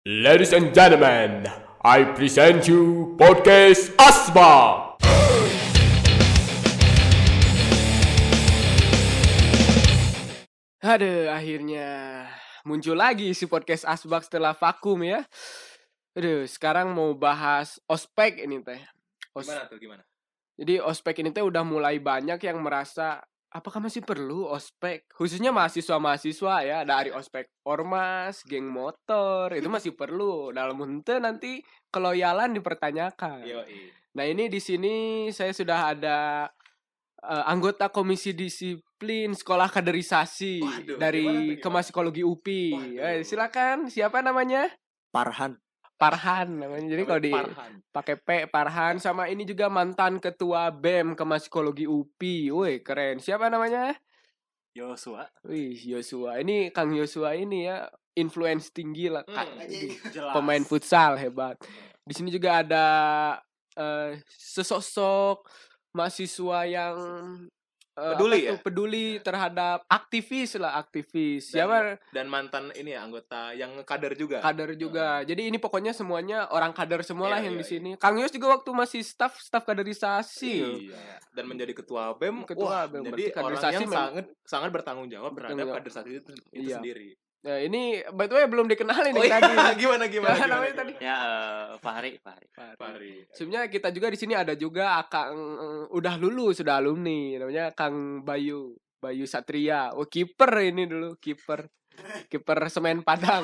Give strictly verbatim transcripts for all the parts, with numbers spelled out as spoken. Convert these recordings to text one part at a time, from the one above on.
Ladies and gentlemen, I present you podcast Asbak. Aduh, akhirnya muncul lagi si podcast Asbak setelah vakum ya. Aduh, sekarang mau bahas ospek ini teh. Os- Gimana tuh gimana? Jadi ospek ini teh udah mulai banyak yang merasa apakah masih perlu ospek? Khususnya mahasiswa-mahasiswa ya, dari ospek ormas, geng motor, itu masih perlu. Dalam hente nanti keloyalan dipertanyakan. Yoi. Nah, ini di sini saya sudah ada uh, anggota komisi disiplin sekolah kaderisasi Waduh, gimana tuh, dari gimana? Kemasikologi U P I. Waduh. Eh, silakan, siapa namanya? Parhan. Parhan namanya. Jadi kalau di Parhan. pakai P Parhan, sama ini juga mantan ketua B E M Kemasikologi U P I. Woi, keren. Siapa namanya? Yosua. Wih, Yosua. Ini Kang Yosua ini ya, influence tinggi lah, Kak. Hmm, Ini jelas. pemain futsal hebat. Di sini juga ada eh, sesosok mahasiswa yang eh, Peduli apa ya? tuh, peduli terhadap aktivis lah, aktivis. Dan- Siapa? Dan mantan ini ya anggota yang kader juga. Kader juga. Jadi ini pokoknya semuanya orang kader semua lah Iya, yang iya, di sini. Kang Yos juga waktu masih staff staff kaderisasi. loh. Iya. Dan menjadi ketua B E M, Ketua wah, B E M, jadi berarti orang kaderisasi yang mem- sangat sangat bertanggung jawab Bertanggung terhadap jawab. kaderisasi itu, itu Iya. sendiri. Nah, ini by the way belum dikenalin Oh nih iya, tadi. gimana gimana Siapa gimana, namanya gimana? tadi? Ya, uh, Fahri, Fahri. Fahri. Sebenarnya kita juga di sini ada juga Kang eh, udah lulus, sudah alumni, namanya Kang Bayu, Bayu Satria. Oh, kiper ini dulu, kiper. Kiper Semen Padang.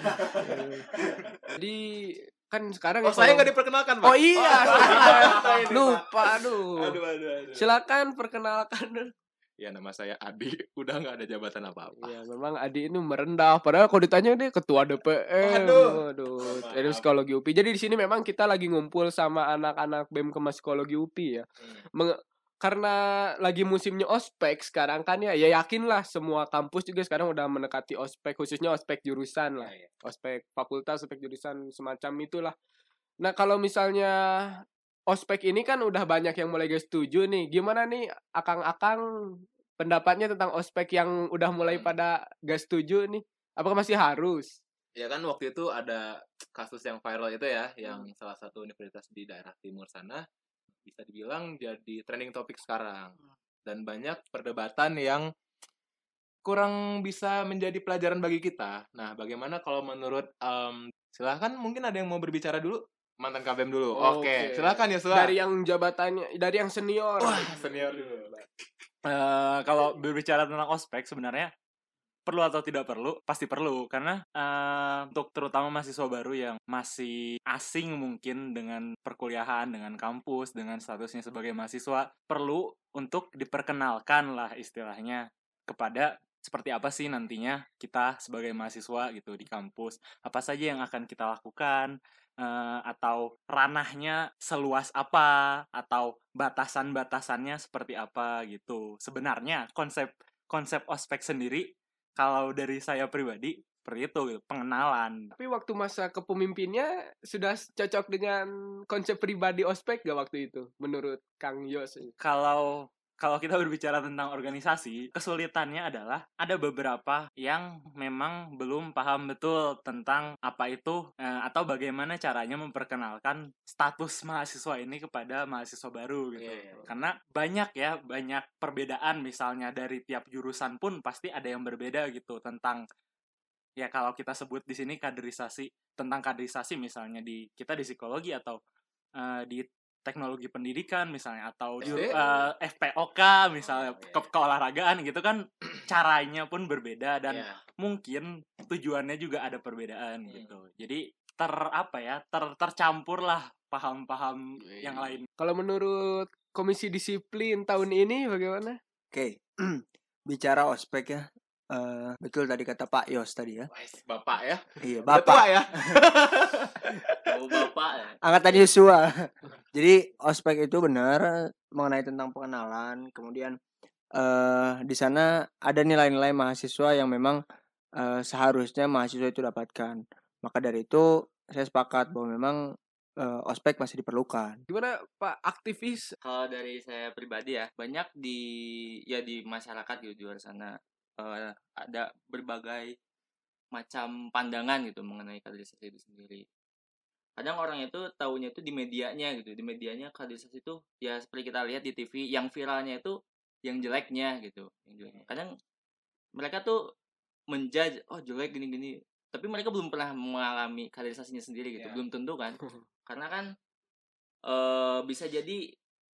Jadi kan sekarang Oh, ya saya kalau- nggak diperkenalkan, Pak. Oh iya, Oh, salah. ini, Pak. Lupa, aduh. Aduh, aduh, aduh. Silakan perkenalkan. Ya, nama saya Adi. Udah nggak ada jabatan apa-apa. Ya, memang Adi ini merendah. Padahal kalau ditanya dia ketua D P M. Waduh. Waduh. Maaf. Dari psikologi U P I. Jadi di sini memang kita lagi ngumpul sama anak-anak B E M Kemasikologi U P I ya. Hmm. Meng- karena lagi musimnya ospek sekarang kan ya, ya yakinlah semua kampus juga sekarang udah mendekati ospek, khususnya ospek jurusan lah. Ya, ya. Ospek fakultas, ospek jurusan semacam itulah. Nah, kalau misalnya ospek ini kan udah banyak yang mulai gak setuju nih. Gimana nih akang-akang pendapatnya tentang ospek yang udah mulai Hmm. pada gak setuju nih? Apakah masih harus? Ya kan waktu itu ada kasus yang viral itu ya, yang salah satu universitas di daerah timur sana bisa dibilang jadi trending topik sekarang. Dan banyak perdebatan yang kurang bisa menjadi pelajaran bagi kita. Nah, bagaimana kalau menurut em, silahkan mungkin ada yang mau berbicara dulu? Mantan K B M dulu. Oke, Oke. silahkan ya, Dari yang jabatannya, dari yang senior. senior dulu. Eh, kalau berbicara tentang ospek sebenarnya perlu atau tidak perlu, pasti perlu karena eh, untuk terutama mahasiswa baru yang masih asing mungkin dengan perkuliahan, dengan kampus, dengan statusnya sebagai mahasiswa, perlu untuk diperkenalkan lah istilahnya kepada seperti apa sih nantinya kita sebagai mahasiswa gitu di kampus, apa saja yang akan kita lakukan, eh, atau ranahnya seluas apa, atau batasan-batasannya seperti apa gitu. Sebenarnya konsep konsep ospek sendiri kalau dari saya pribadi seperti itu gitu, pengenalan. Tapi waktu masa kepemimpinnya sudah cocok dengan konsep pribadi ospek gak waktu itu? Menurut Kang Yos? Kalau kalau kita berbicara tentang organisasi, kesulitannya adalah ada beberapa yang memang belum paham betul tentang apa itu eh, atau bagaimana caranya memperkenalkan status mahasiswa ini kepada mahasiswa baru gitu. Iya, iya, iya. Karena banyak ya, banyak perbedaan misalnya dari tiap jurusan pun pasti ada yang berbeda gitu tentang ya kalau kita sebut di sini kaderisasi, tentang kaderisasi misalnya di kita di psikologi atau eh, di teknologi pendidikan misalnya atau di S D? eh, F P O K misalnya Oh, iya. ke keolahragaan gitu kan caranya pun berbeda dan Iya. mungkin tujuannya juga ada perbedaan Hmm. gitu. Jadi ter apa ya ter tercampur lah paham-paham Iya. yang lain. Kalau menurut Komisi Disiplin tahun ini bagaimana? Oke, bicara ospek ya, eh, betul tadi kata Pak Yos tadi ya. Wais, Bapak ya. Iya, Udah tua Bapak. ya. Oh bapak ya. Angkatan Yosua. Jadi ospek itu benar mengenai tentang pengenalan. Kemudian eh di sana ada nilai-nilai mahasiswa yang memang eh, seharusnya mahasiswa itu dapatkan. Maka dari itu saya sepakat bahwa memang eh, ospek masih diperlukan. Gimana Pak aktivis? Kalau dari saya pribadi ya, banyak di ya di masyarakat gitu di luar sana eh, ada berbagai macam pandangan gitu mengenai kaderisasi itu sendiri. Kadang orang itu taunya itu di medianya gitu, di medianya kaderisasi itu ya seperti kita lihat di T V, yang viralnya itu yang jeleknya gitu, yang jeleknya. Kadang mereka tuh menjudge, oh jelek gini-gini, tapi mereka belum pernah mengalami kaderisasinya sendiri gitu, Yeah. belum tentu kan, karena kan eh bisa jadi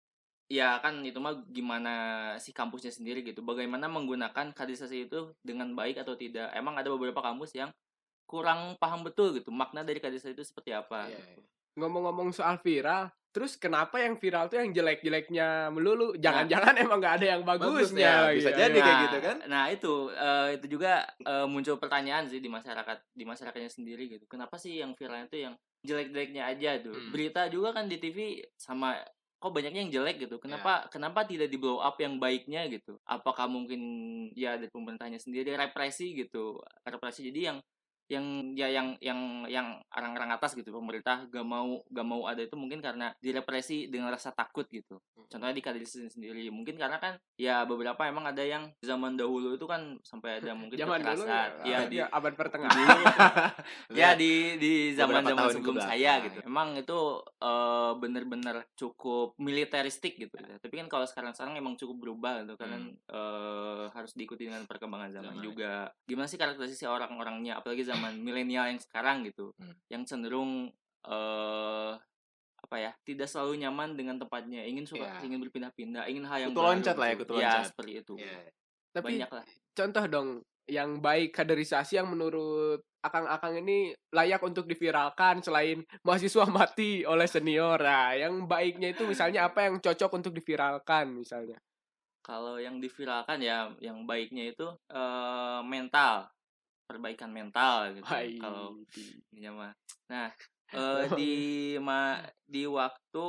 ya kan itu mah gimana si kampusnya sendiri gitu, bagaimana menggunakan kaderisasi itu dengan baik atau tidak. Emang ada beberapa kampus yang kurang paham betul gitu makna dari kaderisasi itu seperti apa. Iya, gitu. iya. Ngomong-ngomong soal viral, terus kenapa yang viral tuh yang jelek-jeleknya melulu? Jangan-jangan emang nggak ada yang bagusnya Bagusnya, lagi bisa ya. jadi. Nah, kayak gitu kan? Nah itu eh, itu juga eh, muncul pertanyaan sih di masyarakat di masyarakatnya sendiri gitu. Kenapa sih yang viralnya itu yang jelek-jeleknya aja tuh? Hmm. Berita juga kan di T V sama kok banyaknya yang jelek gitu. Kenapa kenapa tidak di blow up yang baiknya gitu? Apakah mungkin ya dari pemerintahnya sendiri represi gitu? Represi jadi yang yang ya yang yang yang orang-orang atas gitu, pemerintah gak mau gak mau ada itu mungkin karena direpresi dengan rasa takut gitu. Contohnya di kaderisasi sendiri mungkin karena kan ya beberapa emang ada yang zaman dahulu itu kan sampai ada mungkin Zaman dulu kekerasan ya, ya di ya abad pertengahan. ya di di zaman Beberapa zaman tahun sebelum kebelakang. saya gitu emang itu eh, bener-bener cukup militeristik gitu ya. Tapi kan kalau sekarang-sekarang emang cukup berubah gitu karena eh, harus diikuti dengan perkembangan zaman Zaman. juga. Gimana sih karakteristik orang-orangnya apalagi zaman milenial yang sekarang gitu Hmm. yang cenderung eh apa ya tidak selalu nyaman dengan tempatnya, ingin suka Iya. ingin berpindah-pindah, ingin hal yang Kutu baru loncat lah ya, gitu. kutu Ya, loncat. seperti itu. Iya. Tapi Banyak lah. contoh dong yang baik kaderisasi yang menurut akang-akang ini layak untuk diviralkan selain mahasiswa mati oleh senior. Nah, yang baiknya itu misalnya apa yang cocok untuk diviralkan misalnya? Kalau yang diviralkan ya yang baiknya itu eh, mental, perbaikan mental gitu. Baik. Kalau ini mah. Nah, eh, di ma di waktu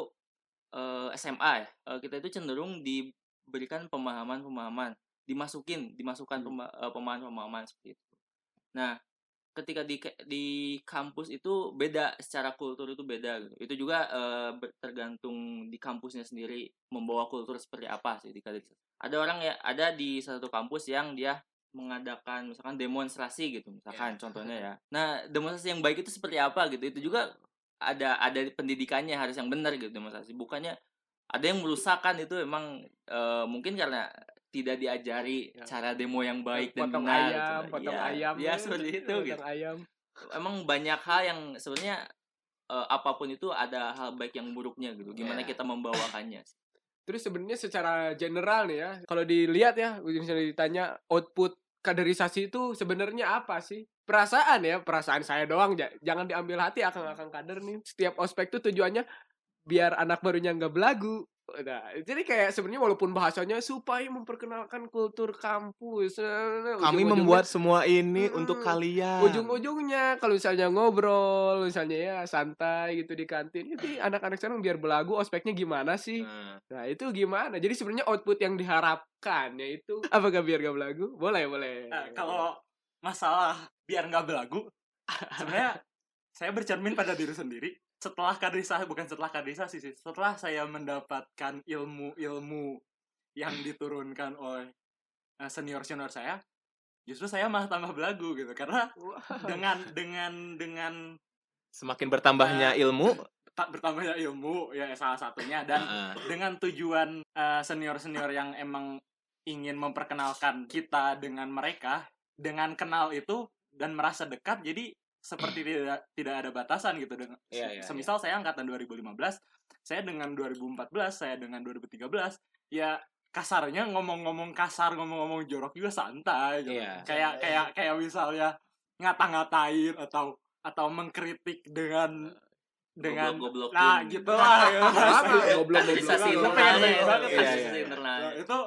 eh, S M A ya, eh, kita itu cenderung diberikan pemahaman-pemahaman, dimasukin, dimasukkan Hmm. pema- eh, pemahaman-pemahaman seperti itu. Nah, ketika di ke- di kampus itu beda, secara kultur itu beda gitu. Itu juga eh, ber- tergantung di kampusnya sendiri membawa kultur seperti apa sih di kaderisasi. Ada orang ya, ada di satu kampus yang dia mengadakan misalkan demonstrasi gitu misalkan Ya. contohnya ya. Nah, demonstrasi yang baik itu seperti apa gitu. Itu juga ada ada pendidikannya harus yang benar gitu demonstrasi. Bukannya ada yang merusakkan itu emang eh, mungkin karena tidak diajari Ya. cara demo yang baik dan potong benar ayam, gitu. potong Iya, ayam. ya eh, seperti itu potong gitu. ayam. Emang banyak hal yang sebenarnya eh, apapun itu ada hal baik yang buruknya gitu. Gimana Ya. kita membawakannya. Terus sebenarnya secara general nih ya, kalau dilihat ya, misalnya ditanya output kaderisasi itu sebenarnya apa sih? Perasaan ya, perasaan saya doang. ja- Jangan diambil hati akang-akang kader nih. Setiap ospek tuh tujuannya biar anak barunya nggak belagu. Nah, jadi kayak sebenarnya walaupun bahasanya supaya memperkenalkan kultur kampus. eh, Kami ujung-ujungnya- membuat semua ini Mm-mm. untuk kalian. ujung-ujungnya kalau misalnya ngobrol, misalnya ya santai gitu di kantin, jadi anak-anak sekarang biar belagu ospeknya gimana sih? Nah, Nah itu gimana? Jadi sebenarnya output yang diharapkan yaitu apakah biar gak belagu? Boleh boleh. Nah, kalau masalah biar nggak belagu, sebenarnya saya bercermin pada diri sendiri. Setelah kaderisasi, bukan setelah kaderisasi sih, setelah saya mendapatkan ilmu-ilmu yang diturunkan oleh eh, senior-senior saya, justru saya malah tambah belagu gitu. Karena dengan dengan dengan semakin bertambahnya ilmu, tak bertambahnya ilmu ya salah satunya, dan Heeh. dengan tujuan eh, senior-senior yang emang ingin memperkenalkan kita dengan mereka, dengan kenal itu dan merasa dekat, jadi seperti tidak tidak ada batasan gitu. Dengan Iya, iya, semisal saya angkatan dua ribu lima belas, saya dengan dua ribu empat belas, saya dengan dua ribu tiga belas, ya kasarnya ngomong-ngomong kasar, ngomong-ngomong jorok juga santai gitu. Iya. Kayak kayak kayak misalnya ngata-ngatain atau atau mengkritik dengan dengan Goblok-goblokin. nah gitu lah ya. Apa? Goblok Kaderisasi goblok. internalnya Iya, itu, iya, kaderisasi iya. internalnya. Nah, itu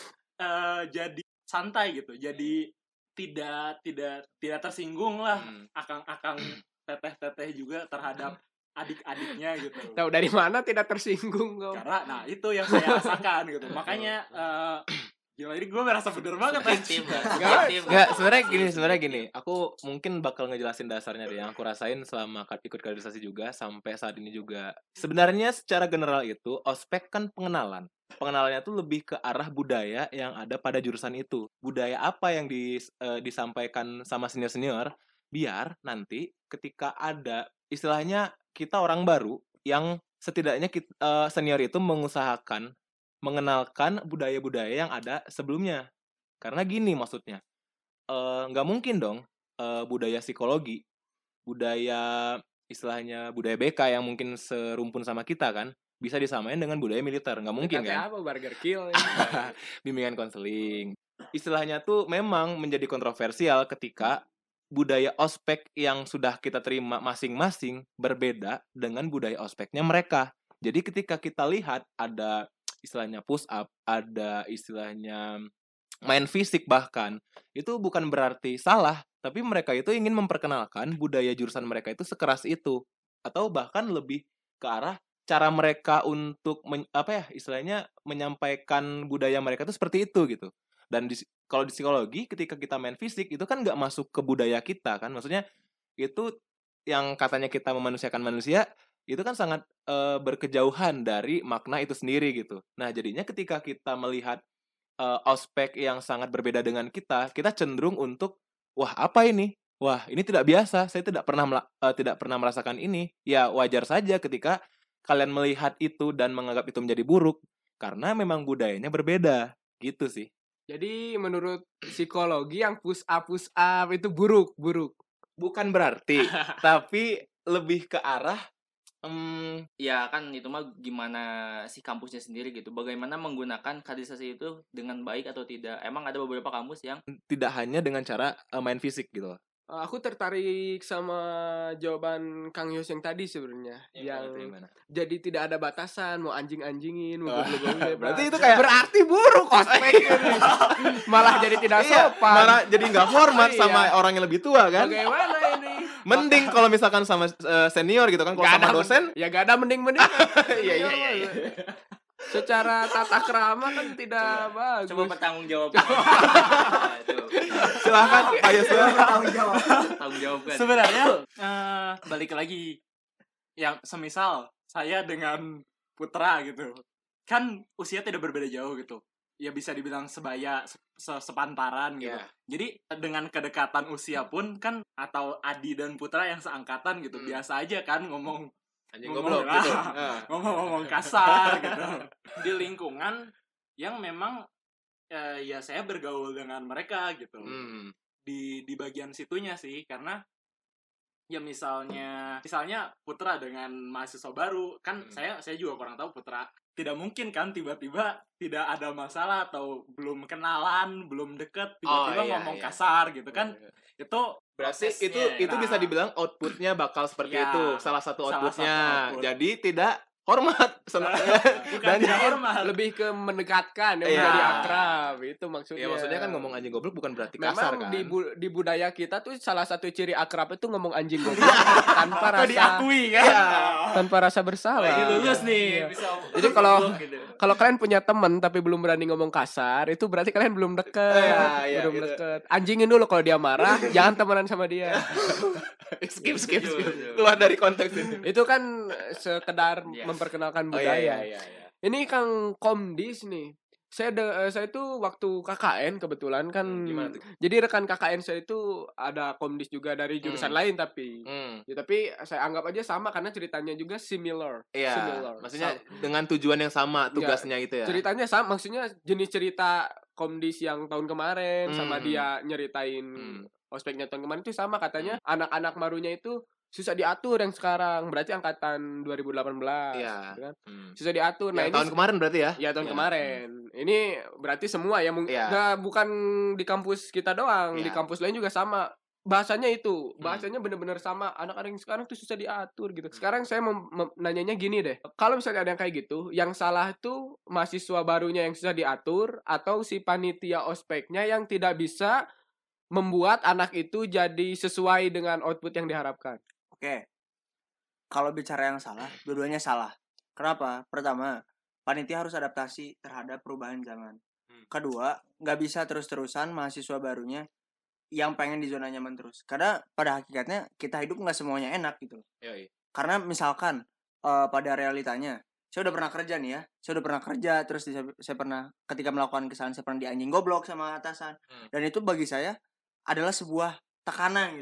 eh, jadi santai gitu, jadi tidak tidak tidak tersinggung lah Hmm. akang-akang teteh-teteh juga terhadap adik-adiknya gitu. Tahu dari mana tidak tersinggung kau? Karena nah itu yang saya rasakan gitu, makanya eh, gila ini gue merasa bener banget Subjektif, anjing. subjektif. Enggak, sebenarnya gini, sebenarnya gini. Aku mungkin bakal ngejelasin dasarnya deh yang aku rasain selama ka- ikut kaderisasi juga sampai saat ini juga. Sebenarnya secara general itu ospek kan pengenalan. Pengenalannya tuh lebih ke arah budaya yang ada pada jurusan itu. Budaya apa yang dis- eh, disampaikan sama senior-senior biar nanti ketika ada istilahnya kita orang baru yang setidaknya kita, uh, senior itu mengusahakan mengenalkan budaya-budaya yang ada sebelumnya. Karena gini maksudnya, uh, nggak mungkin dong uh, budaya psikologi, budaya istilahnya budaya B K yang mungkin serumpun sama kita kan bisa disamain dengan budaya militer, nggak mungkin Kayak kan? apa burger kill? Bimbingan konseling. Istilahnya tuh memang menjadi kontroversial ketika budaya ospek yang sudah kita terima masing-masing berbeda dengan budaya ospeknya mereka. Jadi ketika kita lihat ada istilahnya push up, ada istilahnya main fisik bahkan, itu bukan berarti salah, tapi mereka itu ingin memperkenalkan budaya jurusan mereka itu sekeras itu, atau bahkan lebih ke arah cara mereka untuk men, apa ya istilahnya menyampaikan budaya mereka itu seperti itu gitu. Dan di, kalau di psikologi ketika kita main fisik itu kan nggak masuk ke budaya kita kan, maksudnya itu yang katanya kita memanusiakan manusia itu kan sangat e, berkejauhan dari makna itu sendiri gitu. Nah jadinya ketika kita melihat e, ospek yang sangat berbeda dengan kita, kita cenderung untuk wah apa ini? Wah ini tidak biasa, saya tidak pernah e, tidak pernah merasakan ini. Ya wajar saja ketika kalian melihat itu dan menganggap itu menjadi buruk karena memang budayanya berbeda gitu sih. Jadi menurut psikologi yang push up push up itu buruk, buruk. Bukan berarti, tapi lebih ke arah um, ya kan itu mah gimana si kampusnya sendiri gitu. Bagaimana menggunakan kaderisasi itu dengan baik atau tidak. Emang ada beberapa kampus yang tidak hanya dengan cara uh, main fisik gitu. Uh, aku tertarik sama jawaban Kang Yos yang tadi sebenarnya, ya, yang jadi tidak ada batasan, mau anjing-anjingin, mau goblok-goblok bebas. Berarti itu kayak berarti buruk ospek ini. Malah jadi tidak iya, sopan. malah jadi nggak hormat Iya. sama orang yang lebih tua kan. Bagaimana ini? Mending kalau misalkan sama uh, senior gitu kan, kalau Gak sama ada dosen men- ya gak ada mending-mending. iya iya iya. iya. Secara tata krama kan tidak bagus. coba bertanggung jawab. Nah, itu. Silahkan Pak Yosua. Tanggung jawabkan. Sebenarnya eh, balik lagi yang semisal saya dengan Putra gitu kan usia tidak berbeda jauh gitu ya, bisa dibilang sebaya se- sepantaran gitu. Yeah. Jadi dengan kedekatan usia pun kan, atau Adi dan Putra yang seangkatan gitu, Hmm. biasa aja kan ngomong Anjing ngomong, goblok gitu. ah, ngomong-ngomong kasar gitu di lingkungan yang memang eh, ya saya bergaul dengan mereka gitu. Hmm. di di bagian situnya sih, karena ya misalnya misalnya Putra dengan mahasiswa baru kan, Hmm. saya saya juga kurang tahu Putra, tidak mungkin kan tiba-tiba tidak ada masalah atau belum kenalan, belum deket tiba-tiba Oh, iya, ngomong iya. kasar gitu kan. Itu Berarti prosesnya. itu itu Nah, bisa dibilang outputnya bakal seperti Ya, itu, salah satu salah outputnya. satu output. Jadi tidak hormat sebenarnya. bukan Dan tidak jadi- hormat. Lebih ke mendekatkan, ya, Iya. menjadi akrab, itu maksudnya. Ya maksudnya kan ngomong anjing goblok bukan berarti Memang kasar kan. di, bu- di budaya kita tuh salah satu ciri akrab itu ngomong anjing goblok tanpa Atau rasa diakui kan. Iya. tanpa rasa bersalah. Lagi lulus nih, Iya. bisa. Jadi kalau- goblok gitu. Kalau kalian punya temen tapi belum berani ngomong kasar, itu berarti kalian belum deket. Iya, iya, belum gitu. deket. Anjingin dulu kalau dia marah, jangan temenan sama dia. skip skip Betul, skip. betul. Keluar dari konteks ini. Itu kan sekedar Yes. memperkenalkan Oh budaya. iya iya iya. iya. Ini Kang Komdis nih. Saya de- eh, saya itu waktu K K N kebetulan kan. Hmm, gimana tuh? Jadi rekan K K N saya itu ada Komdis juga dari jurusan Hmm. lain tapi. Hmm. Ya, tapi saya anggap aja sama karena ceritanya juga similar. Iya. Similar. Maksudnya Sama. dengan tujuan yang sama tugasnya itu ya. Ceritanya sama, maksudnya jenis cerita Komdis yang tahun kemarin sama Hmm. dia nyeritain Hmm. ospeknya tahun kemarin itu sama katanya. Anak-anak marunya itu susah diatur yang sekarang. Berarti angkatan dua ribu delapan belas. Iya. gitu kan. Hmm. Susah diatur. Nah, Yang ini tahun kemarin berarti ya? ya tahun Ya. kemarin. Ini berarti semua ya, mungkin Iya. bukan di kampus kita doang, di Iya. kampus lain juga sama. Bahasanya itu, Hmm. bahasanya bener-bener sama. Anak-anak yang sekarang tuh susah diatur gitu. Sekarang saya mem- mem- nanyanya gini deh. Kalau misalnya ada yang kayak gitu, yang salah tuh mahasiswa barunya yang susah diatur atau si panitia ospeknya yang tidak bisa membuat anak itu jadi sesuai dengan output yang diharapkan. Oke. Kalau bicara yang salah, dua-duanya salah. Kenapa? Pertama, panitia harus adaptasi terhadap perubahan zaman. Hmm. Kedua, nggak bisa terus-terusan mahasiswa barunya yang pengen di zona nyaman terus. Karena pada hakikatnya kita hidup nggak semuanya enak gitu. Yoi. Karena misalkan eh, pada realitanya, saya udah pernah kerja nih ya, saya udah pernah kerja, terus di- saya pernah ketika melakukan kesalahan saya pernah dianjing goblok sama atasan, Hmm. dan itu bagi saya adalah sebuah tekanan gitu loh.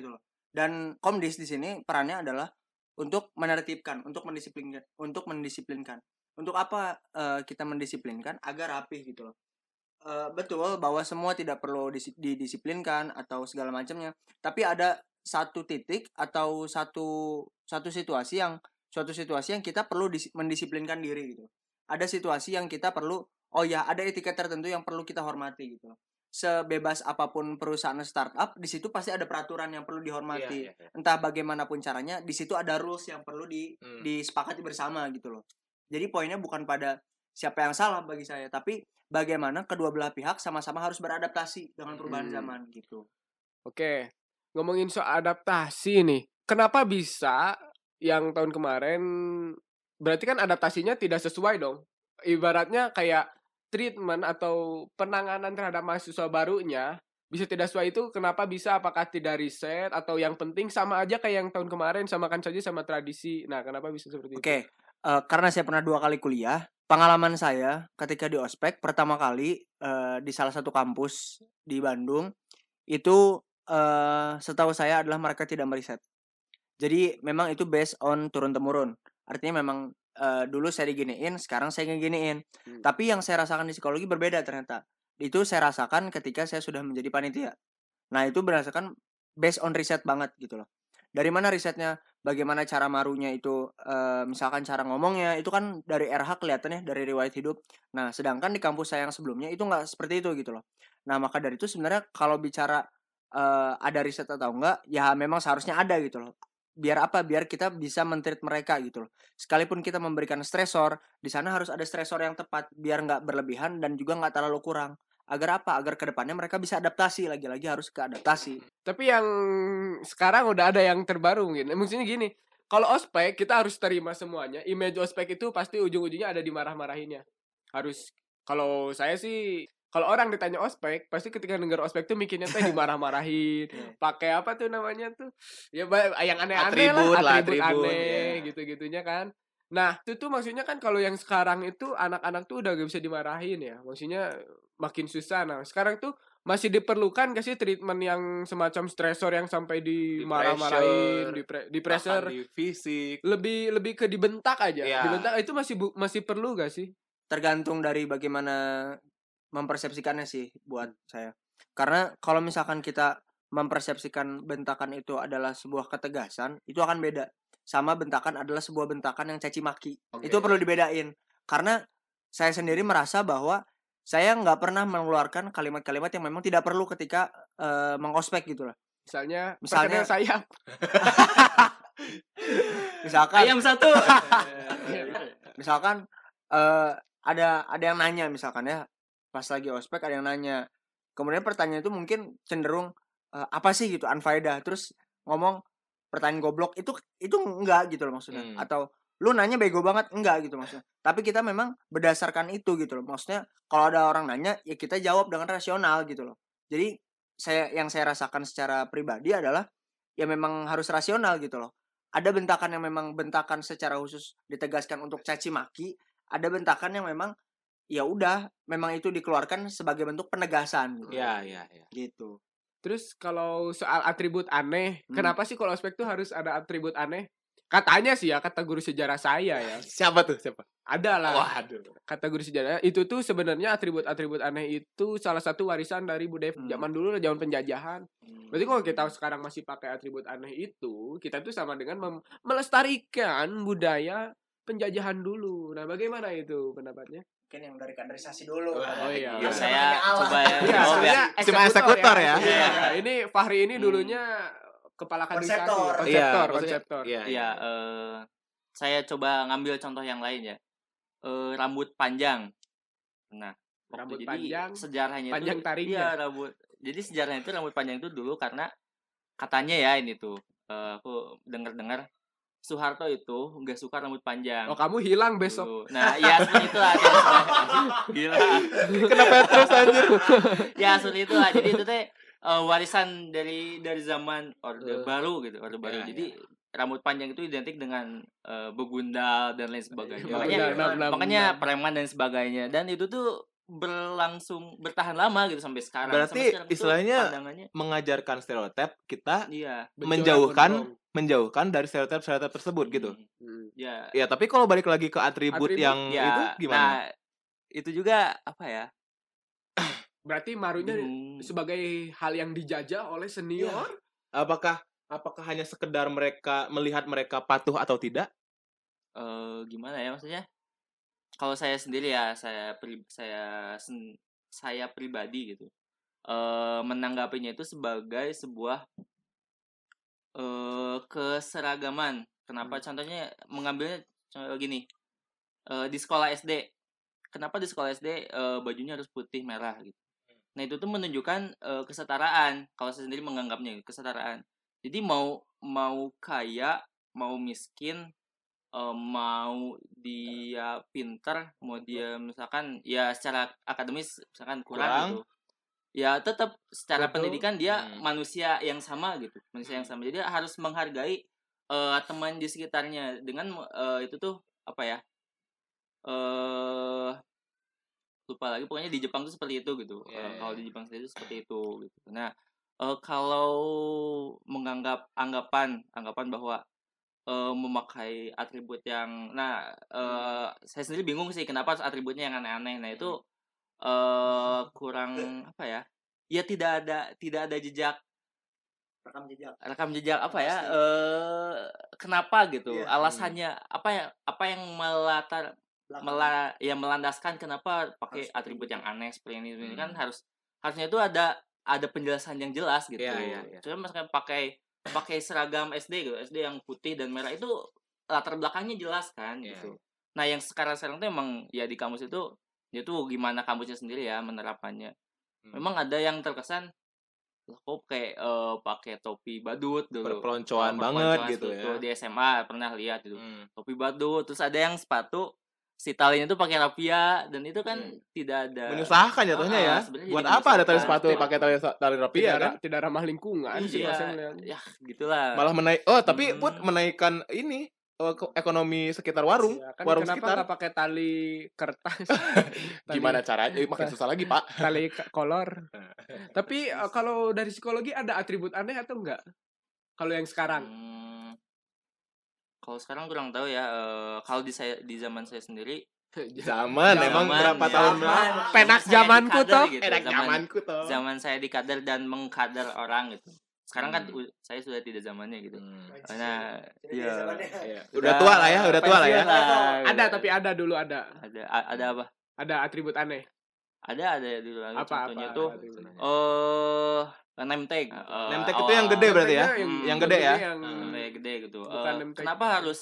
Dan Komdis di sini perannya adalah untuk menertibkan, untuk mendisiplinkan, untuk mendisiplinkan. Untuk apa uh, kita mendisiplinkan? Agar rapih gitu loh. Uh, betul bahwa semua tidak perlu disi- didisiplinkan atau segala macamnya, tapi ada satu titik atau satu satu situasi yang suatu situasi yang kita perlu dis- mendisiplinkan diri gitu. Ada situasi yang kita perlu, oh ya, ada etika tertentu yang perlu kita hormati gitu. Sebebas apapun perusahaan startup, di situ pasti ada peraturan yang perlu dihormati. Iya, iya, iya. Entah bagaimanapun caranya, di situ ada rules yang perlu di Hmm. disepakati bersama gitu loh. Jadi poinnya bukan pada siapa yang salah bagi saya, tapi bagaimana kedua belah pihak sama-sama harus beradaptasi dengan perubahan Hmm. zaman gitu. Oke, ngomongin soal adaptasi nih. Kenapa bisa yang tahun kemarin berarti kan adaptasinya tidak sesuai dong. Ibaratnya kayak treatment atau penanganan terhadap mahasiswa barunya bisa tidak sesuai itu kenapa bisa? Apakah tidak riset atau yang penting sama aja kayak yang tahun kemarin, samakan saja sama tradisi. Nah, kenapa bisa seperti itu? Oke, eh, karena saya pernah dua kali kuliah, pengalaman saya ketika di ospek pertama kali eh, di salah satu kampus di Bandung itu eh, setahu saya adalah mereka tidak meriset. Jadi memang itu based on turun temurun. Artinya memang eh, dulu saya diginiin, sekarang saya ngeginiin. Hmm. Tapi yang saya rasakan di psikologi berbeda ternyata. Itu saya rasakan ketika saya sudah menjadi panitia. Nah itu berdasarkan based on riset banget gitu loh. Dari mana risetnya? Bagaimana cara marunya itu, eh, misalkan cara ngomongnya itu kan dari R H kelihatannya dari riwayat hidup. Nah sedangkan di kampus saya yang sebelumnya itu nggak seperti itu gitu loh. Nah maka dari itu sebenarnya kalau bicara eh, ada riset atau enggak, ya memang seharusnya ada gitu loh. Biar apa? Biar kita bisa men-treat mereka gitu loh. Sekalipun kita memberikan stresor, di sana harus ada stresor yang tepat biar nggak berlebihan dan juga nggak terlalu kurang. Agar apa? Agar kedepannya mereka bisa adaptasi. Lagi-lagi harus ke adaptasi. Tapi yang sekarang udah ada yang terbaru mungkin. Maksudnya gini, kalau ospek kita harus terima semuanya. Image ospek itu pasti ujung-ujungnya ada dimarah-marahinnya. Harus. Kalau saya sih, kalau orang ditanya ospek, pasti ketika denger ospek tuh mikirnya teh dimarah-marahin. Pakai apa tuh namanya tuh? Ya ba- yang aneh-aneh Atribut lah, lah, atribut atribut, aneh ya. gitu-gitunya kan. Nah, itu tuh maksudnya kan kalau yang sekarang itu anak-anak tuh udah gak bisa dimarahin ya. Maksudnya makin susah. Nah, sekarang tuh masih diperlukan gak sih treatment yang semacam stresor yang sampai dimarah-marahin, di, pre- di pressure, Bahkan di fisik. lebih lebih ke dibentak aja. Iya. Dibentak itu masih bu- masih perlu gak sih? Tergantung dari bagaimana mempersepsikannya sih buat saya. Karena kalau misalkan kita mempersepsikan bentakan itu adalah sebuah ketegasan, itu akan beda. Sama bentakan adalah sebuah bentakan yang caci maki. Oke. Itu perlu dibedain. Karena saya sendiri merasa bahwa saya nggak pernah mengeluarkan kalimat-kalimat yang memang tidak perlu ketika eh, mengospek gitu lah. Misalnya, Misalnya- perkedel sayap. Misalkan Ayam satu. misalkan eh ada ada yang nanya misalkan ya, pas lagi ospek ada yang nanya, kemudian pertanyaan itu mungkin cenderung eh, apa sih gitu, unfaedah, terus ngomong pertanyaan goblok, itu itu enggak gitu loh maksudnya. Hmm. Atau lu nanya bego banget, enggak gitu maksudnya. Tapi kita memang berdasarkan itu gitu loh, maksudnya kalau ada orang nanya ya kita jawab dengan rasional gitu loh. Jadi saya yang saya rasakan secara pribadi adalah ya memang harus rasional gitu loh. Ada bentakan yang memang bentakan secara khusus ditegaskan untuk caci maki, ada bentakan yang memang ya udah memang itu dikeluarkan sebagai bentuk penegasan gitu. Iya, iya, iya. Gitu. Terus kalau soal atribut aneh, Hmm. kenapa sih kalau ospek tuh harus ada atribut aneh? Katanya sih ya, kata guru sejarah saya ya. Siapa tuh? Siapa? Ada lah. Waduh. Kata guru sejarah, itu tuh sebenarnya atribut-atribut aneh itu salah satu warisan dari budaya Hmm. zaman dulu, zaman penjajahan. Berarti kalau kita sekarang masih pakai atribut aneh itu, kita tuh sama dengan mem- melestarikan budaya penjajahan dulu. Nah, bagaimana itu pendapatnya? Mungkin yang dari kaderisasi dulu. Oh iya. Ya, Iya. saya coba ya. Iya, jawab ya. sebenarnya Cuma eksekutor ya. Iya. Ini Fahri ini Hmm. dulunya kepala kaderisasi. Konseptor. Konseptor, Iya, maksudnya- konseptor. Iya, Iya, eh, saya coba ngambil contoh yang lain ya. Eh, rambut panjang. Nah, waktu Rambut jadi panjang, sejarahnya panjang itu taringnya. iya rambut. Jadi sejarahnya itu rambut panjang itu dulu karena katanya ya ini tuh eh, aku dengar-dengar Soeharto itu nggak suka rambut panjang. Oh, kamu hilang besok. dulu. Nah, ya seperti itu lah. Gila. Kenapa terus anjir? Ya seperti itu lah. Jadi itu teh eh, warisan dari dari zaman Orde Eh. Baru gitu, Orde Baru. Ya, Jadi rambut panjang itu identik dengan eh, begundal dan lain sebagainya. Iya, Makanya benar, benar, makanya benar. preman dan sebagainya. Dan itu tuh berlangsung bertahan lama gitu sampai sekarang. Berarti Sampai sekarang itu istilahnya pandangannya mengajarkan stereotip, kita iya. menjauhkan menjauhkan dari stereotip-stereotip tersebut gitu. Hmm. Ya. Ya, tapi kalau balik lagi ke atribut, Atribut, yang Ya, itu gimana? nah itu juga apa ya? Berarti marunya bingung. sebagai hal yang dijajah oleh senior. Apakah apakah hanya sekedar mereka melihat mereka patuh atau tidak? Eh, gimana ya maksudnya? Kalau saya sendiri ya, saya pri, saya sen, saya pribadi gitu. Eh, menanggapinya itu sebagai sebuah eh keseragaman. Kenapa? Contohnya mengambilnya contoh gini. Eh, di sekolah S D. Kenapa di sekolah S D eh, bajunya harus putih merah gitu. Nah, itu tuh menunjukkan eh, kesetaraan. Kalau saya sendiri menganggapnya kesetaraan. Jadi mau mau kaya, mau miskin, eh, mau dia pinter, mau dia misalkan ya secara akademis misalkan kurang, Kurang. gitu. Ya tetap secara Betul. pendidikan dia Hmm. manusia yang sama gitu, manusia yang sama. Jadi harus menghargai eh, teman di sekitarnya dengan eh, itu tuh apa ya? Eh lupa lagi, pokoknya di Jepang tuh seperti itu gitu. Iya, Eh, iya, kalau iya. di Jepang sendiri tuh seperti itu gitu. Nah, eh, kalau menganggap anggapan anggapan bahwa eh, memakai atribut yang nah eh, saya sendiri bingung sih kenapa harus atributnya yang aneh-aneh. Nah, itu eh kurang apa ya? Ya tidak ada tidak ada jejak Rekam jejak. rekam jejak apa ya? Pasti. Eh kenapa gitu? Iya. Alasannya apa ya? Apa yang melatar Belakang. mela ya melandaskan kenapa pakai Harus atribut seperti yang aneh seperti ini, ini Hmm. kan harus harusnya itu ada ada penjelasan yang jelas gitu. Iya, iya, iya. Cuma misalkan pakai pakai seragam S D gitu, S D yang putih dan merah itu latar belakangnya jelas kan Iya, gitu. Nah, yang sekarang-sekarang tuh emang ya di kampus itu itu gimana kampusnya sendiri ya menerapannya. Hmm. Memang ada yang terkesan lah kok kayak eh, pakai topi badut dulu. Perpeloncoan Oh, banget perpeloncoan gitu itu ya. di S M A pernah lihat gitu. Hmm. Topi badut, terus ada yang sepatu si talinya itu pakai rapia dan itu kan Hmm. tidak ada Menyusahkan jatuhnya Ah, ya. sebenarnya Buat jadi apa ada tali menyusahkan. sepatu pakai tali tali rapia Tidak, kan? ra- tidak ramah lingkungan sih Iya, Mas Emilian. ya gitulah. Malah menaik. Oh, tapi Hmm. Put menaikkan ini eh, ko- ekonomi sekitar warung, Ya, kan warung kenapa sekitar. nggak pakai tali kertas? Tali- Gimana caranya? Eh, makin susah lagi, Pak. Tali ka- kolor. Tapi eh, kalau dari psikologi ada atribut aneh atau enggak? Kalau yang sekarang? Hmm, kalau sekarang kurang tahu ya. eh, kalau di saya di zaman saya sendiri Zaman, emang Zaman, berapa ya. tahun Zaman. belakang? Penak Saya zamanku dikader toh. gitu, Enak zaman- zamanku toh. zaman saya dikader dan mengkader orang gitu. Sekarang kan Hmm. u- saya sudah tidak zamannya gitu. Hmm. Nah, Jadi iya. zamannya. Iya. Udah tua lah ya, udah tua lah ya. pensiun lah, Ada gitu. tapi ada dulu ada. ada a- ada apa? Ada atribut aneh. Ada ada dulu lagi Apa contohnya apa? tuh atribut aneh? eh name tag. Eh, Name tag itu awal- yang gede berarti ya? Yang, Yang gede ya? Yang Name tag gede gitu. Bukan Eh, name tag. kenapa harus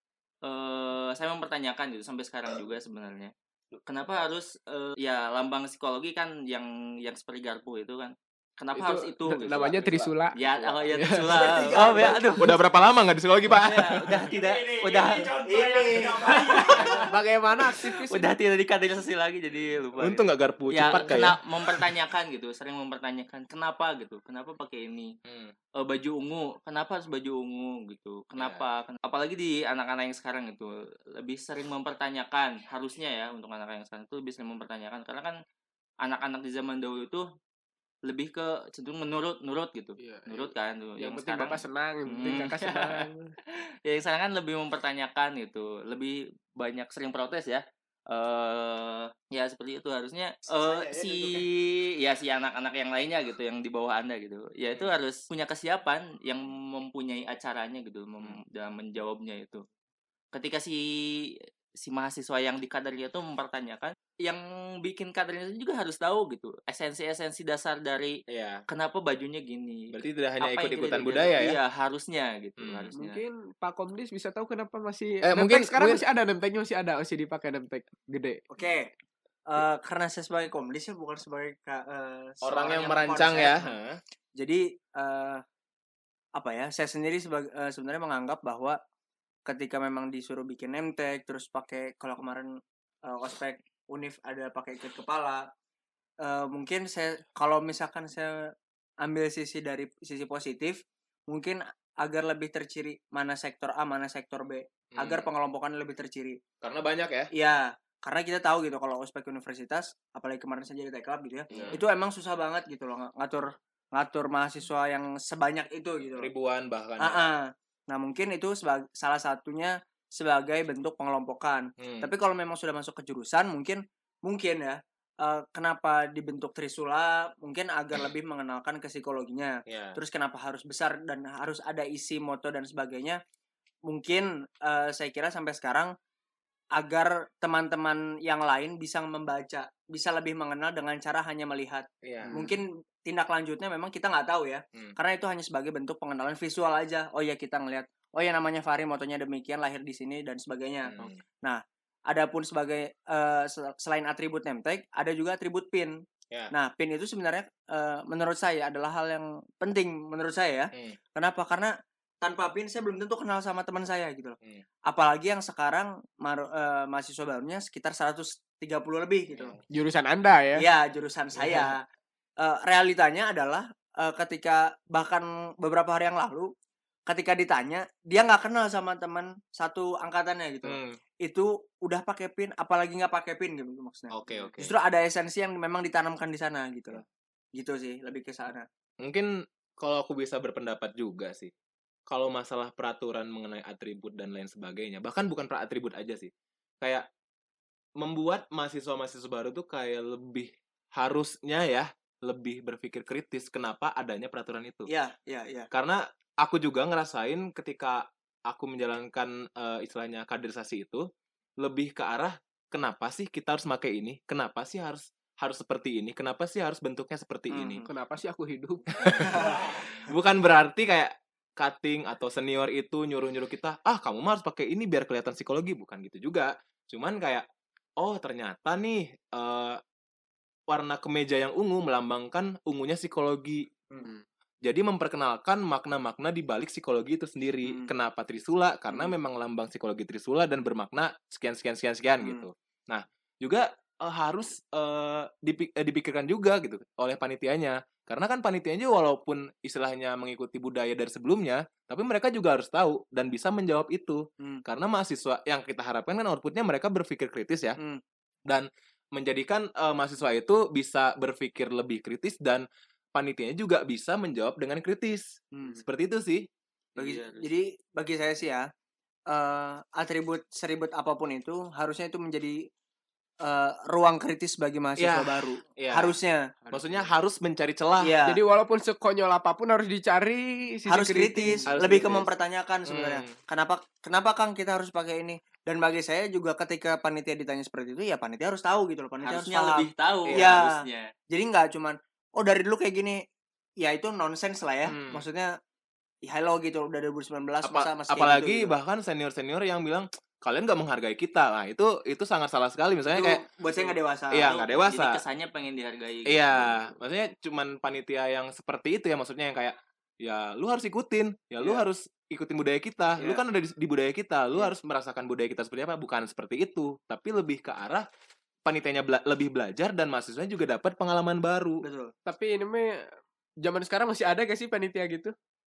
eh saya mempertanyakan gitu sampai sekarang juga sebenarnya. Kenapa harus eh, ya lambang psikologi kan yang yang seperti garpu itu kan. Kenapa harus itu gitu? namanya Trisula. Ya, oh ya Trisula. Oh ya, aduh. Udah berapa lama nggak di psikologi, Pak? Ya, udah tidak udah Ini. Bagaimana aktivis? udah tidak dikaderisasi lagi jadi lupa. Untung nggak garpu ya cepat kena kayak. mempertanyakan gitu, sering mempertanyakan kenapa gitu, kenapa pakai ini. Hmm. Eh, baju ungu, kenapa harus baju ungu gitu, kenapa Ken- apalagi di anak-anak yang sekarang itu lebih sering mempertanyakan, harusnya ya untuk anak yang sekarang itu lebih sering mempertanyakan karena kan anak-anak di zaman dahulu itu lebih ke cenderung menurut nurut gitu, Iya, nurut kan tuh. Yang penting bapak senang, yang penting Hmm. kakak senang. Ya yang sekarang kan lebih mempertanyakan gitu, lebih banyak sering protes ya. Eh ya seperti itu harusnya eh Saya ya si duduknya. ya si anak-anak yang lainnya gitu yang di bawah Anda gitu. Ya itu harus punya kesiapan yang mempunyai acaranya gitu mem- dalam menjawabnya itu. Ketika si si mahasiswa yang di kadernya itu mempertanyakan, yang bikin kadernya itu juga harus tahu gitu esensi-esensi dasar dari Iya. kenapa bajunya gini. Berarti tidak hanya Apa yang ikut-ikutan tidak budaya diajarkan. ya? Iya, harusnya gitu, Hmm. harusnya. Mungkin Pak Komdis bisa tahu kenapa masih Eh, name mungkin- tag sekarang mungkin- masih ada name tag-nya, masih ada masih dipakai name tag gede. Oke. Eh, karena saya sebagai komdis ya bukan sebagai ka- eh, Orang seorang yang merancang konsep. ya. Jadi eh apa ya? Saya sendiri sebagai eh, sebenarnya menganggap bahwa ketika memang disuruh bikin name tag terus pakai, kalau kemarin eh, ospek univ ada pakai ikat kepala, eh, mungkin saya kalau misalkan saya ambil sisi dari sisi positif, mungkin agar lebih terciri mana sektor A mana sektor B, agar Hmm. pengelompokan lebih terciri. Karena banyak ya. Iya, karena kita tahu gitu kalau ospek universitas, apalagi kemarin saja di Teklab gitu ya, Iya. itu emang susah banget gitu loh ng- ngatur ngatur mahasiswa yang sebanyak itu gitu loh. Ribuan bahkan. Ah, ya. ah. Nah mungkin itu sebagai salah satunya sebagai bentuk pengelompokan. Hmm. Tapi kalau memang sudah masuk ke jurusan, mungkin mungkin ya eh, kenapa dibentuk Trisula, mungkin agar lebih mengenalkan ke psikologinya. Ya. Terus kenapa harus besar dan harus ada isi, moto dan sebagainya? Mungkin eh, saya kira sampai sekarang agar teman-teman yang lain bisa membaca, bisa lebih mengenal dengan cara hanya melihat. Iya. Mungkin tindak lanjutnya memang kita nggak tahu ya, Hmm. karena itu hanya sebagai bentuk pengenalan visual aja. Oh ya kita ngelihat, oh ya namanya Fahri, motonya demikian, lahir di sini dan sebagainya. Hmm. Adapun sebagai eh, sel- selain atribut name tag, ada juga atribut pin. Ya. Nah, pin itu sebenarnya eh, menurut saya adalah hal yang penting menurut saya ya. Hmm. Kenapa? Karena tanpa pin saya belum tentu kenal sama teman saya gitu loh. Hmm. Apalagi yang sekarang mar- eh, mahasiswa barunya sekitar seratus tiga puluh lebih gitu. Hmm. Jurusan Anda ya. Iya, jurusan saya. Eh, realitanya adalah eh, ketika bahkan beberapa hari yang lalu ketika ditanya, dia nggak kenal sama teman satu angkatannya gitu. Hmm. Itu udah pakai pin, apalagi nggak pakai pin gitu maksudnya. Oke, oke. Justru ada esensi yang memang ditanamkan di sana gitu loh. Gitu sih, lebih ke sana. Mungkin kalau aku bisa berpendapat juga sih. Kalau masalah peraturan mengenai atribut dan lain sebagainya, bahkan bukan pra atribut aja sih. Kayak membuat mahasiswa-mahasiswa baru tuh kayak lebih harusnya ya, lebih berpikir kritis kenapa adanya peraturan itu. Iya, iya, iya. Karena aku juga ngerasain ketika aku menjalankan eh, istilahnya kaderisasi itu lebih ke arah kenapa sih kita harus pakai ini? Kenapa sih harus harus seperti ini? Kenapa sih harus bentuknya seperti Hmm. ini? Kenapa sih aku hidup? Bukan berarti kayak cutting atau senior itu nyuruh-nyuruh kita, ah kamu mah harus pakai ini biar kelihatan psikologi, bukan gitu juga. Cuman kayak oh ternyata nih eh, warna kemeja yang ungu melambangkan ungunya psikologi. Hmm. Jadi memperkenalkan makna-makna di balik psikologi itu sendiri. Hmm. Kenapa Trisula? Karena Hmm. memang lambang psikologi Trisula dan bermakna sekian sekian sekian sekian Hmm. gitu. Nah, juga eh, harus eh, dipi- eh, dipikirkan juga gitu oleh panitianya. Karena kan panitianya juga walaupun istilahnya mengikuti budaya dari sebelumnya, tapi mereka juga harus tahu dan bisa menjawab itu. Hmm. Karena mahasiswa yang kita harapkan kan outputnya mereka berpikir kritis ya. Hmm. Dan menjadikan eh, mahasiswa itu bisa berpikir lebih kritis dan panitianya juga bisa menjawab dengan kritis. Hmm. Seperti itu sih. Bagi, Iya, jadi bagi saya sih ya, eh, atribut seribut apapun itu harusnya itu menjadi eh, ruang kritis bagi mahasiswa Ya, baru. ya. Harusnya. Maksudnya harus mencari celah. Iya. Jadi walaupun sekonyol apapun harus dicari sisi Harus kritis, Harus lebih ke kritis. mempertanyakan sebenarnya. Hmm. Kenapa kenapa Kang kita harus pakai ini? Dan bagi saya juga ketika panitia ditanya seperti itu, ya panitia harus tahu gitu loh. Panitia harus Harusnya paham. lebih tahu. Iya. Harusnya. Jadi nggak cuman oh dari dulu kayak gini. Ya itu nonsens lah ya. Hmm. Maksudnya ya hello gitu udah dua ribu sembilan belas Apa- masa masih kayak apalagi gitu, gitu. bahkan senior-senior yang bilang kalian nggak menghargai kita. Nah, itu itu sangat salah sekali misalnya Itu kayak buat saya nggak dewasa. Iya, Itu nggak dewasa. Jadi kesannya pengen dihargai. gitu. iya, maksudnya cuman panitia yang seperti itu ya, maksudnya yang kayak ya lu harus ikutin, ya lu Iya. harus ikutin budaya kita. Lu Iya. kan ada di, di budaya kita, lu Iya. harus merasakan budaya kita seperti apa, bukan seperti itu. Tapi lebih ke arah panitianya bela- lebih belajar dan mahasiswanya juga dapat pengalaman baru. Betul. Tapi ini mah zaman sekarang masih ada gak sih panitia gitu?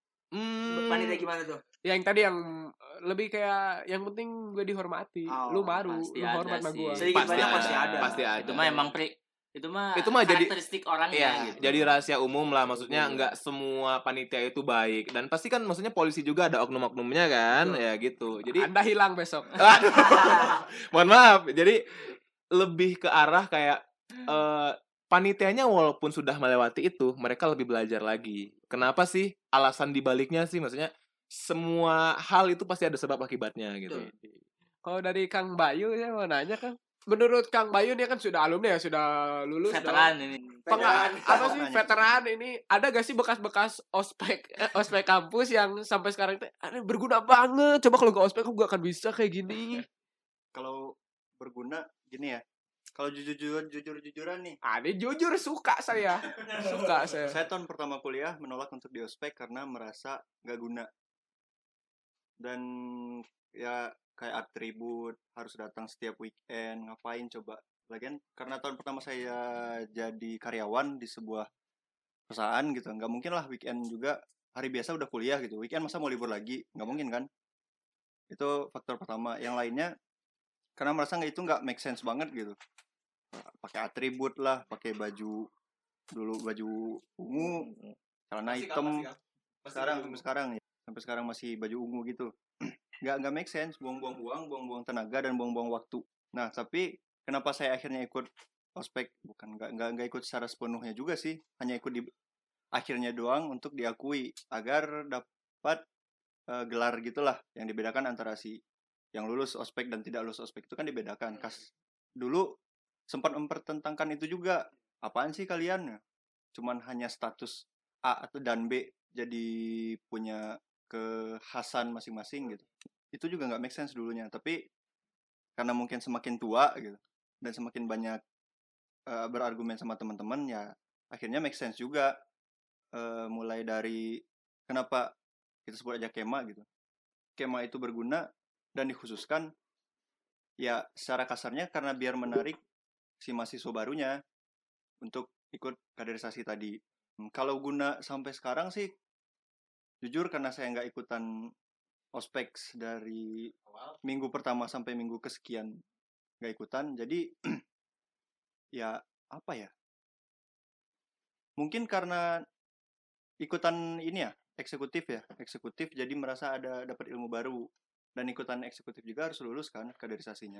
Hmm, Panitia gimana tuh? Yang tadi yang eh, lebih kayak yang penting gue dihormati. Oh, lu baru, pasti lu ada hormat sama sih. gue. Sedikit pasti banyak ada, pasti ada. pasti ada. Itu mah emang pri itu mah Itu mah jadi- karakteristik orangnya Iya, gitu. jadi rahasia umum lah, maksudnya Iya. nggak semua panitia itu baik dan pasti kan maksudnya polisi juga ada oknum-oknumnya kan, Betul. ya gitu. Jadi Anda hilang besok. Aduh. Mohon maaf. Jadi lebih ke arah kayak eh panitianya walaupun sudah melewati itu, mereka lebih belajar lagi. Kenapa sih? Alasan dibaliknya sih, maksudnya semua hal itu pasti ada sebab akibatnya gitu. Kalau dari Kang Bayu saya mau nanya Kang. Menurut Kang Bayu dia kan sudah alumni ya, sudah lulus. Veteran ini. Penga- Veteran. apa sih veteran ini ada gak sih bekas-bekas ospek eh, ospek kampus yang sampai sekarang itu "Ah, ini berguna banget, coba kalau gak ospek aku gak akan bisa kayak gini." Kalau berguna gini ya, kalau jujur jujur jujuran nih, Ah, ini jujur suka saya. Suka saya. saya tahun pertama kuliah menolak untuk di ospek karena merasa nggak guna dan ya kayak atribut harus datang setiap weekend, ngapain coba. Lagian karena tahun pertama saya jadi karyawan di sebuah perusahaan gitu, nggak mungkin lah weekend juga, hari biasa udah kuliah gitu, weekend masa mau libur lagi, nggak mungkin kan. Itu faktor pertama. Yang lainnya karena merasa nggak itu nggak make sense banget gitu. Pakai atribut lah, pakai baju dulu baju ungu, celana hitam, sekarang sampai sekarang ya sampai sekarang masih baju ungu gitu. nggak nggak make sense, buang-buang uang, buang-buang tenaga dan buang-buang waktu. Nah tapi kenapa saya akhirnya ikut ospek, bukan nggak nggak nggak ikut secara sepenuhnya juga sih, hanya ikut di akhirnya doang untuk diakui agar dapat uh, gelar gitulah, yang dibedakan antara si yang lulus ospek dan tidak lulus ospek itu kan dibedakan. Kas dulu sempat mempertentangkan itu juga, apaan sih kalian, cuman hanya status A atau dan B jadi punya kekhasan masing-masing gitu. Itu juga nggak make sense dulunya, tapi karena mungkin semakin tua gitu dan semakin banyak uh, berargumen sama teman-teman, ya akhirnya make sense juga. Uh, mulai dari kenapa kita sebut aja kema gitu, kema itu berguna dan dikhususkan ya secara kasarnya karena biar menarik si mahasiswa barunya untuk ikut kaderisasi tadi. Hmm, kalau guna sampai sekarang sih jujur karena saya nggak ikutan ospek dari minggu pertama sampai minggu kesekian nggak ikutan, jadi ya apa ya, mungkin karena ikutan ini ya eksekutif ya eksekutif jadi merasa ada dapat ilmu baru, dan ikutan eksekutif juga harus lulus kan kaderisasinya.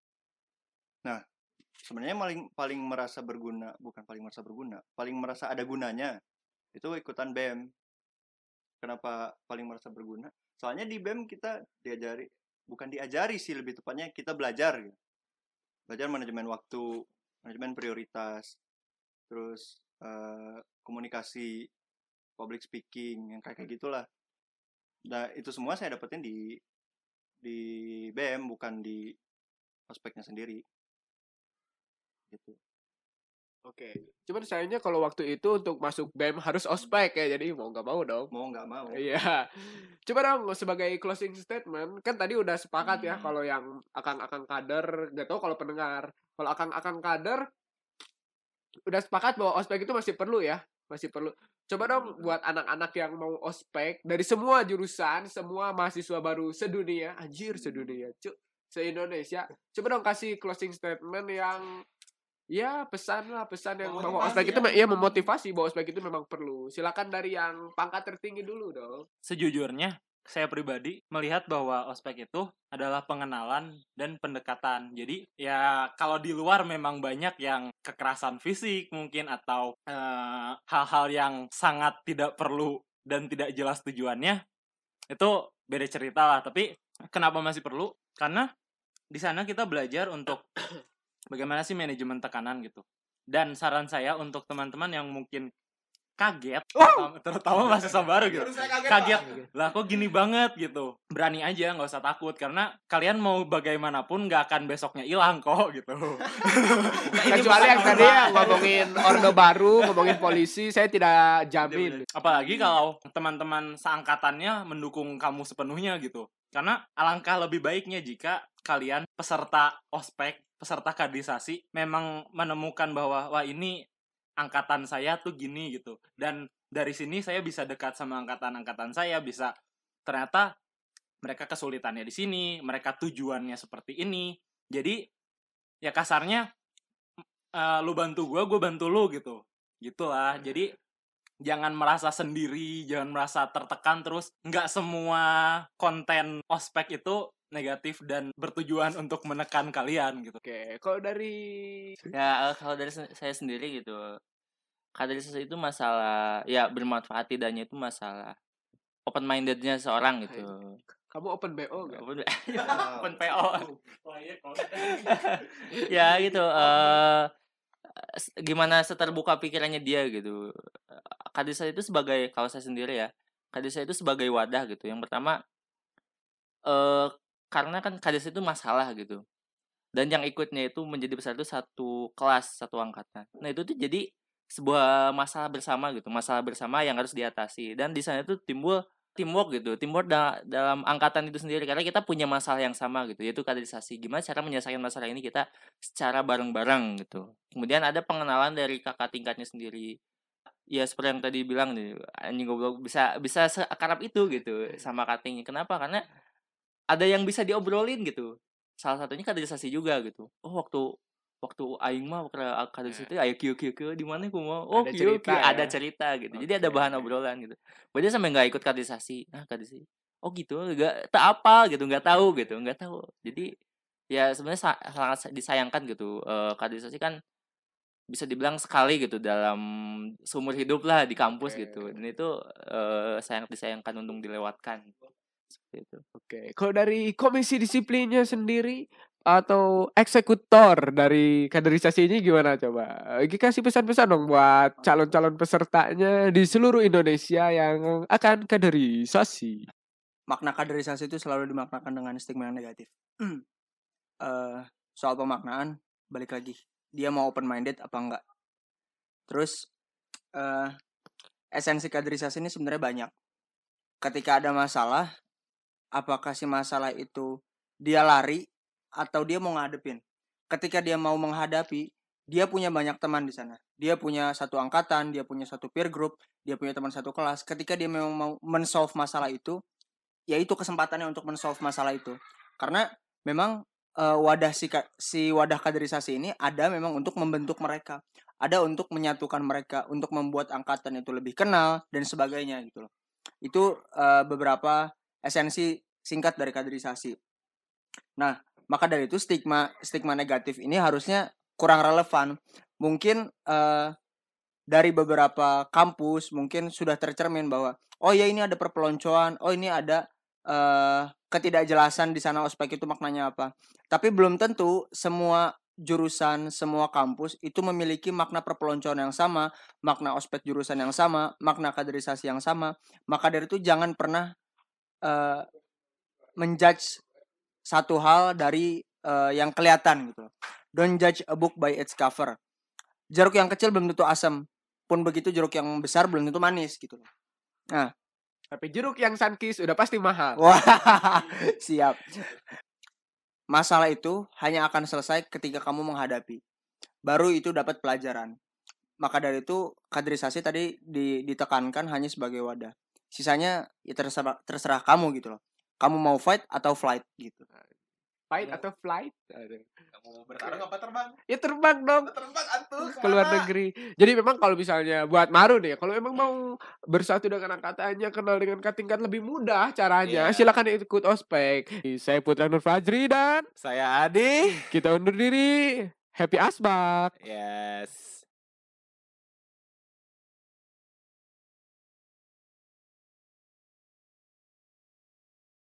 Nah sebenarnya paling paling merasa berguna, bukan paling merasa berguna, paling merasa ada gunanya itu ikutan B E M. Kenapa paling merasa berguna? Soalnya di B E M kita diajari, bukan diajari sih lebih tepatnya kita belajar gitu. Belajar manajemen waktu, manajemen prioritas, terus uh, komunikasi, public speaking, yang kayak kayak gitulah. Nah itu semua saya dapetin di di B E M, bukan di ospeknya sendiri gitu. Oke, cuman sayangnya kalau waktu itu untuk masuk B E M harus ospek ya, jadi mau nggak mau dong. Mau nggak mau. Iya. Coba dong sebagai closing statement, kan tadi udah sepakat ya kalau yang akang-akang kader, nggak tahu kalau pendengar, kalau akang-akang kader udah sepakat bahwa ospek itu masih perlu ya, masih perlu. Coba dong buat anak-anak yang mau ospek dari semua jurusan, semua mahasiswa baru sedunia, anjir sedunia, cuk, se-Indonesia. Coba dong kasih closing statement yang ya pesan lah, pesan yang bahwa ospek itu ya memotivasi bahwa ospek itu memang perlu. Silakan dari yang pangkat tertinggi dulu dong. Sejujurnya saya pribadi melihat bahwa ospek itu adalah pengenalan dan pendekatan. Jadi ya kalau di luar memang banyak yang kekerasan fisik mungkin atau uh, hal-hal yang sangat tidak perlu dan tidak jelas tujuannya, itu beda cerita lah. Tapi kenapa masih perlu? Karena di sana kita belajar untuk bagaimana sih manajemen tekanan gitu. Dan saran saya untuk teman-teman yang mungkin kaget, oh! terutama mahasiswa baru gitu, kaget, kaget. Lah kok gini banget gitu, berani aja, nggak usah takut, karena kalian mau bagaimanapun nggak akan besoknya hilang kok gitu. Kecuali yang tadi ya ngomongin orde baru, ngomongin polisi, saya tidak jamin. Apalagi kalau teman-teman seangkatannya mendukung kamu sepenuhnya gitu, karena alangkah lebih baiknya jika kalian peserta ospek, peserta kaderisasi memang menemukan bahwa wah ini angkatan saya tuh gini gitu, dan dari sini saya bisa dekat sama angkatan-angkatan saya, bisa ternyata mereka kesulitannya di sini, mereka tujuannya seperti ini, jadi ya kasarnya uh, lu bantu gue, gue bantu lu gitu, gitulah. Jadi jangan merasa sendiri, jangan merasa tertekan terus. Nggak semua konten ospek itu negatif dan bertujuan untuk menekan kalian gitu. Oke, kalau dari ya kalau dari saya sendiri gitu, kaderisasi itu masalah ya bermanfaat tidaknya itu masalah open mindednya seorang gitu. Kamu open B O gak? Open, open P O. Ya gitu. Uh, gimana seterbuka pikirannya dia gitu. Kaderisasi itu sebagai, kalau saya sendiri ya, kaderisasi itu sebagai wadah gitu. Yang pertama, uh, karena kan kaderisasi itu masalah gitu. Dan yang ikutnya itu menjadi besar itu satu kelas, satu angkatan. Nah itu tuh jadi sebuah masalah bersama gitu, masalah bersama yang harus diatasi. Dan di sana itu timbul teamwork gitu, teamwork da- dalam angkatan itu sendiri, karena kita punya masalah yang sama gitu, yaitu kaderisasi. Gimana cara menyelesaikan masalah ini kita secara bareng-bareng gitu. Kemudian ada pengenalan dari kakak tingkatnya sendiri. Ya seperti yang tadi bilang nih, anjing goblok bisa bisa seakrab itu gitu sama katingnya. Kenapa? Karena ada yang bisa diobrolin gitu. salah satunya kaderisasi juga gitu. Oh waktu waktu aing mah waktu kaderisasi itu aya kieu kieu kieu di mana kumaha. Oh Ada kieu cerita kieu ya? ada cerita gitu. Jadi ada bahan obrolan gitu. Padahal sampai nggak ikut kaderisasi. Nah kaderisasi. Oh gitu, nggak tak apa gitu, nggak tahu gitu, nggak tahu. Jadi ya sebenarnya sa- sangat disayangkan gitu. Eh, kaderisasi kan bisa dibilang sekali gitu dalam seumur hidup lah di kampus gitu. Dan itu eh, sangat disayangkan untuk dilewatkan. Seperti itu. Oke, kalau dari komisi disiplinnya sendiri atau eksekutor dari kaderisasi ini gimana coba? Iki kasih pesan-pesan dong buat calon-calon pesertanya di seluruh Indonesia yang akan kaderisasi. Makna kaderisasi itu selalu dimaknakan dengan stigma yang negatif. Eh, soal pemaknaan balik lagi, dia mau open minded apa enggak. Terus eh, esensi kaderisasi ini sebenarnya banyak. Ketika ada masalah, apakah si masalah itu dia lari atau dia mau ngadepin. Ketika dia mau menghadapi, dia punya banyak teman di sana. Dia punya satu angkatan, dia punya satu peer group, dia punya teman satu kelas. Ketika dia memang mau men-solve masalah itu, ya itu kesempatannya untuk men-solve masalah itu. Karena memang uh, wadah si, si wadah kaderisasi ini ada memang untuk membentuk mereka. Ada untuk menyatukan mereka, untuk membuat angkatan itu lebih kenal dan sebagainya gitu loh. Itu uh, beberapa esensi singkat dari kaderisasi. Nah, maka dari itu stigma stigma negatif ini harusnya kurang relevan. Mungkin uh, dari beberapa kampus mungkin sudah tercermin bahwa oh ya ini ada perpeloncoan, oh ini ada uh, ketidakjelasan di sana ospek itu maknanya apa. Tapi belum tentu semua jurusan, semua kampus itu memiliki makna perpeloncoan yang sama, makna ospek jurusan yang sama, makna kaderisasi yang sama. Maka dari itu jangan pernah uh, menjudge satu hal dari uh, yang kelihatan gitu. Don't judge a book by its cover. Jeruk yang kecil belum tentu asam, pun begitu jeruk yang besar belum tentu manis gitu. Nah, tapi jeruk yang Sunkist udah pasti mahal. Wah, siap. Masalah itu hanya akan selesai ketika kamu menghadapi. Baru itu dapat pelajaran. Maka dari itu kaderisasi tadi ditekankan hanya sebagai wadah. Sisanya ya terserah, terserah kamu gitu loh. Kamu mau fight atau flight gitu. Fight atau flight? Kamu mau bertarung apa terbang? Ya terbang dong. Terbang atuh Ke luar negeri. Jadi memang kalau misalnya buat Maru nih, kalau emang mau bersatu dengan angkatannya, kenal dengan tingkat lebih mudah caranya, Iya. silakan ikut ospek. Saya Putra Nur Fajri dan Saya Adi. kita undur diri. Happy Asbak. Yes.